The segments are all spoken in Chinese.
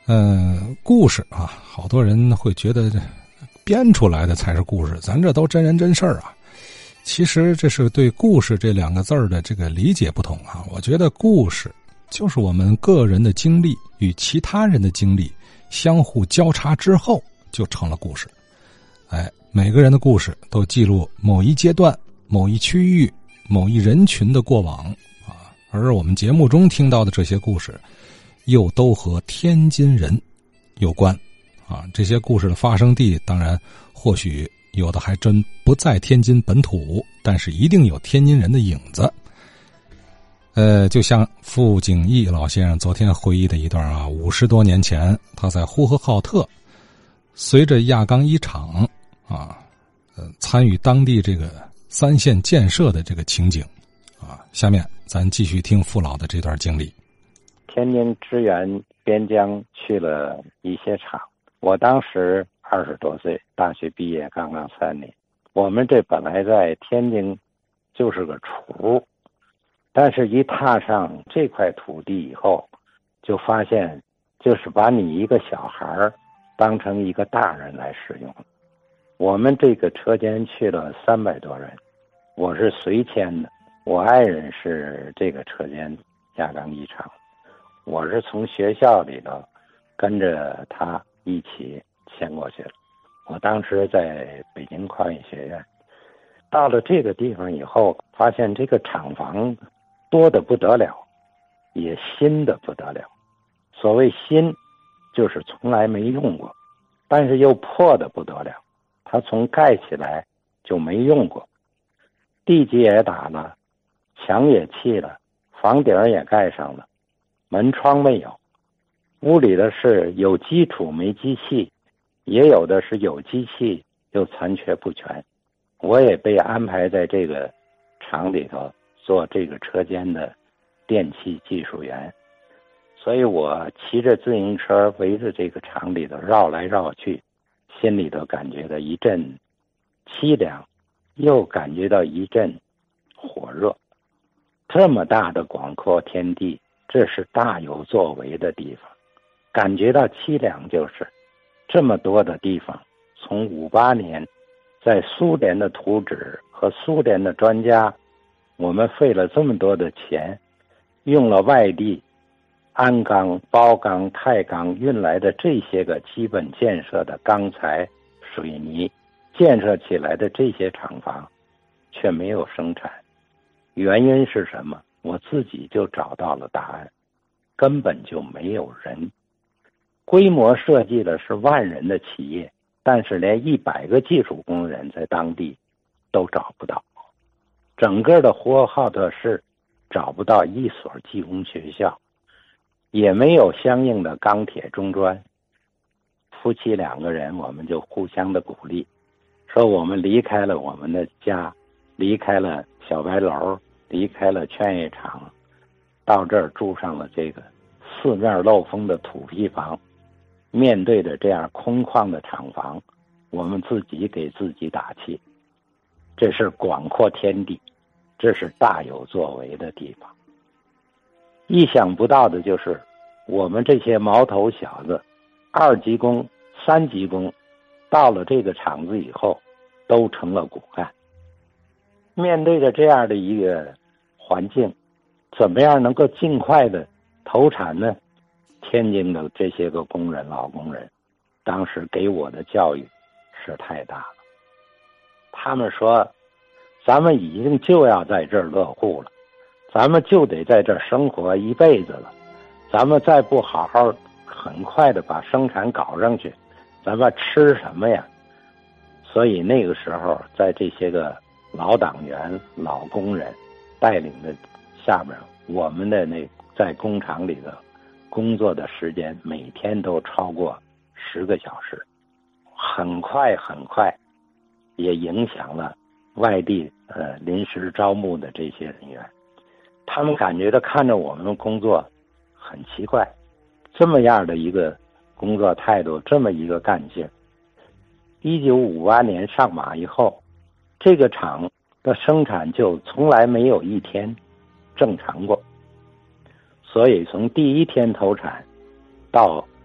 故事啊，好多人会觉得这编出来的才是故事，咱这都真人真事儿啊。其实这是对故事这两个字儿的这个理解不同啊。我觉得故事就是我们个人的经历与其他人的经历相互交叉之后就成了故事。每个人的故事都记录某一阶段、某一区域、某一人群的过往啊。而我们节目中听到的这些故事又都和天津人有关啊。这些故事的发生地当然或许有的还真不在天津本土，但是一定有天津人的影子。就像傅景义老先生昨天回忆的一段啊，50多年前他在呼和浩特随着亚钢一厂啊参与当地这个3线建设的这个情景啊。下面咱继续听傅老的这段经历。 天津支援边疆去了一些厂，我当时20多岁，大学毕业刚刚3年。我们这本来在天津就是个厨，但是一踏上这块土地以后，就发现就是把你一个小孩当成一个大人来使用。我们这个车间去了300多人，我是随迁的，我爱人是这个车间亚钢一厂，我是从学校里头跟着他一起迁过去了。我当时在北京矿业学院，到了这个地方以后，发现这个厂房多得不得了，也新的不得了。所谓新，就是从来没用过，但是又破的不得了，它从盖起来就没用过，地基也打了，墙也砌了，房顶也盖上了，门窗没有。屋里的是有基础没机器，也有的是有机器又残缺不全。我也被安排在这个厂里头做这个车间的电气技术员，所以我骑着自行车围着这个厂里头绕来绕去，心里头感觉到一阵凄凉，又感觉到一阵火热。这么大的广阔天地，这是大有作为的地方。感觉到凄凉就是这么多的地方，从58年在苏联的图纸和苏联的专家，我们费了这么多的钱，用了外地鞍钢、包钢、钛钢运来的这些个基本建设的钢材、水泥，建设起来的这些厂房却没有生产。原因是什么？我自己就找到了答案，根本就没有人。规模设计的是10000人的企业，但是连100个技术工人在当地都找不到。整个的呼和浩特市找不到一所技工学校，也没有相应的钢铁中专。夫妻2个人，我们就互相的鼓励，说我们离开了我们的家，离开了小白楼，离开了劝业场，到这儿住上了这个4面漏风的土坯房。面对着这样空旷的厂房，我们自己给自己打气，这是广阔天地，这是大有作为的地方。意想不到的就是我们这些毛头小子，2级工、3级工，到了这个厂子以后都成了骨干。面对着这样的一个环境，怎么样能够尽快的投产呢？天津的这些个工人、老工人当时给我的教育是太大了。他们说咱们已经就要在这儿落户了，咱们就得在这儿生活一辈子了，咱们再不好好很快的把生产搞上去，咱们吃什么呀？所以那个时候在这些个老党员、老工人带领的下面，我们的在工厂里的工作的时间每天都超过10个小时，很快也影响了外地临时招募的这些人员。他们感觉到看着我们工作很奇怪，这么样的一个工作态度，这么一个干劲。1958年上马以后，这个厂的生产就从来没有一天正常过。所以从第1天投产到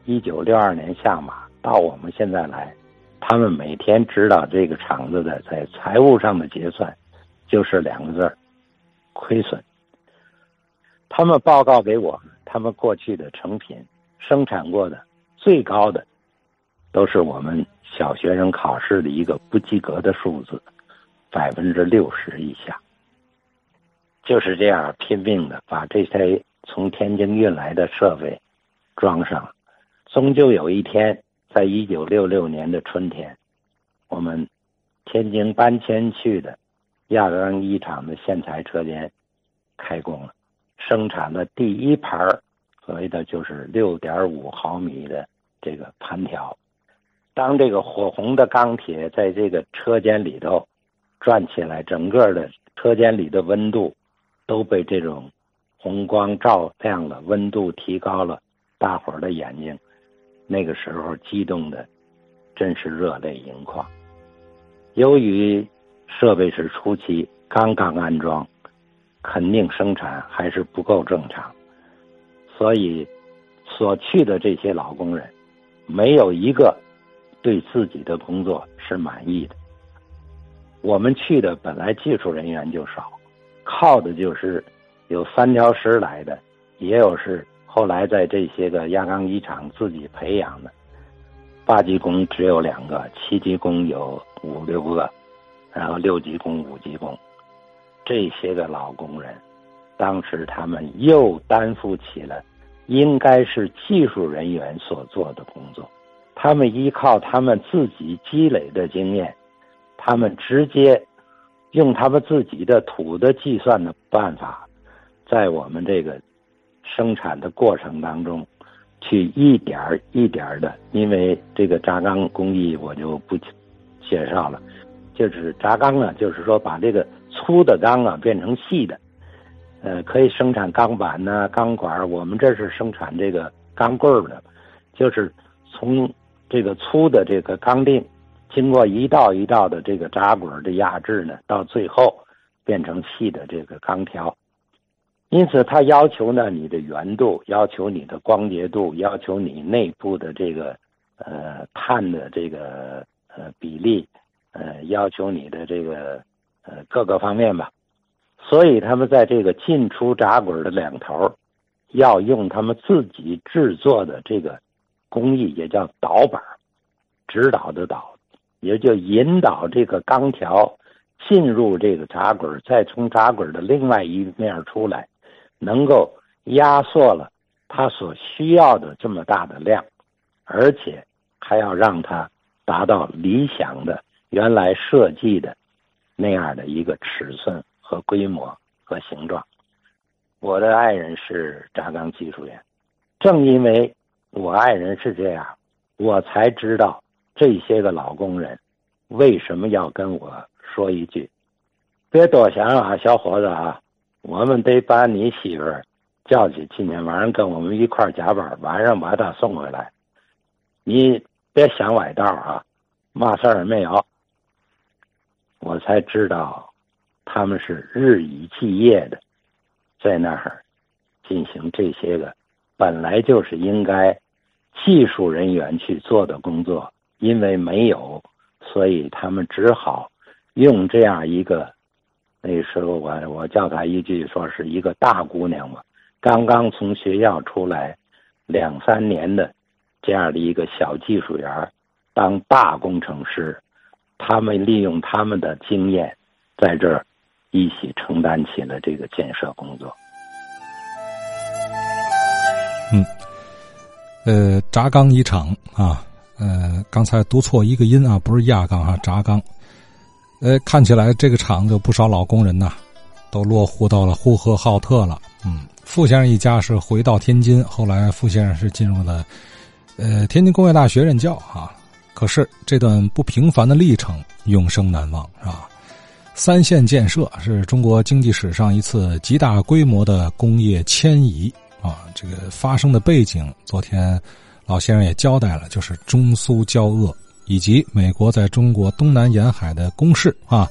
1962年下马到我们现在来，他们每天知道这个厂子的在财务上的结算就是2个字：亏损。他们报告给我，他们过去的成品生产过的最高的都是我们小学生考试的一个不及格的数字，60%以下。就是这样拼命的把这些从天津运来的设备装上。终究有一天，在1966年的春天，我们天津搬迁去的亚钢一厂的线材车间开工了，生产的第一盘所谓的就是6.5毫米的这个盘条。当这个火红的钢铁在这个车间里头转起来，整个的车间里的温度都被这种红光照亮了，温度提高了，大伙儿的眼睛那个时候激动的真是热泪盈眶。由于设备是初期刚刚安装，肯定生产还是不够正常，所以所去的这些老工人没有一个对自己的工作是满意的。我们去的本来技术人员就少，靠的就是有3条师来的，也有是后来在这些个亚钢一厂自己培养的。8级工只有2个，7级工有5、6个，然后6级工、5级工。这些个老工人当时他们又担负起了应该是技术人员所做的工作，他们依靠他们自己积累的经验，他们直接用他们自己的土的计算的办法，在我们这个生产的过程当中去一点一点的，因为这个轧钢工艺我就不介绍了，就是轧钢呢，就是说把这个粗的钢啊变成细的，可以生产钢板呢、钢管，我们这是生产这个钢棍的，就是从这个粗的这个钢锭经过一道一道的这个轧滚的压制呢，到最后变成细的这个钢条。因此它要求呢你的圆度，要求你的光洁度，要求你内部的这个碳的这个比例，要求你的这个各个方面吧。所以他们在这个进出轧滚的两头要用他们自己制作的这个工艺，也叫导板，指导的导，也就引导这个钢条进入这个轧滚，再从轧滚的另外一面出来，能够压缩了它所需要的这么大的量，而且还要让它达到理想的原来设计的那样的一个尺寸和规模和形状。我的爱人是轧钢技术员，正因为我爱人是这样，我才知道这些个老工人为什么要跟我说一句：别多想啊，小伙子啊，我们得把你媳妇儿叫去，今天晚上跟我们一块儿加班，晚上把她送回来，你别想歪道啊，嘛事儿没有。我才知道他们是日以继夜的在那儿进行这些个本来就是应该技术人员去做的工作，因为没有，所以他们只好用这样一个，那时候我叫他一句说是一个大姑娘吧，刚刚从学校出来2、3年的这样的一个小技术员当大工程师，他们利用他们的经验在这儿一起承担起了这个建设工作。 轧钢一厂啊，刚才读错一个音啊，不是亚钢啊，轧钢。看起来这个厂子有不少老工人呐，都落户到了呼和浩特了。傅先生一家是回到天津，后来傅先生是进入了天津工业大学任教啊。可是这段不平凡的历程永生难忘，是吧？3线建设是中国经济史上一次极大规模的工业迁移啊。这个发生的背景，昨天老先生也交代了，就是中苏交恶以及美国在中国东南沿海的攻势啊。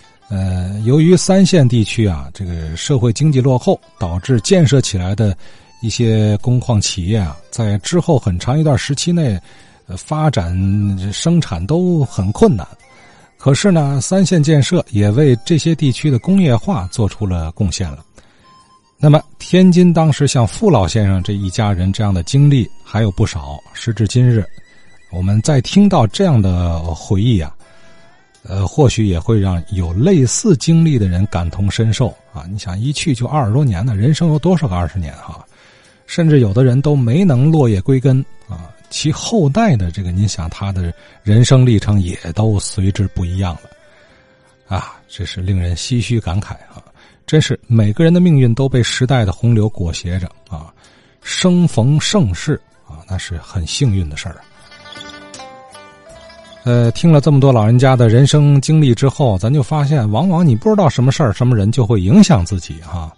由于3线地区啊，这个社会经济落后，导致建设起来的一些工矿企业啊，在之后很长一段时期内，发展生产都很困难。可是呢，三线建设也为这些地区的工业化做出了贡献了。那么天津当时像傅老先生这一家人这样的经历还有不少，时至今日我们再听到这样的回忆啊，或许也会让有类似经历的人感同身受啊！你想一去就20多年呢，人生有多少个20年哈？甚至有的人都没能落叶归根啊，其后代的这个，您想他的人生历程也都随之不一样了啊！这是令人唏嘘感慨啊！真是每个人的命运都被时代的洪流裹挟着啊，生逢盛世啊，那是很幸运的事儿。听了这么多老人家的人生经历之后，咱就发现，往往你不知道什么事儿、什么人就会影响自己哈。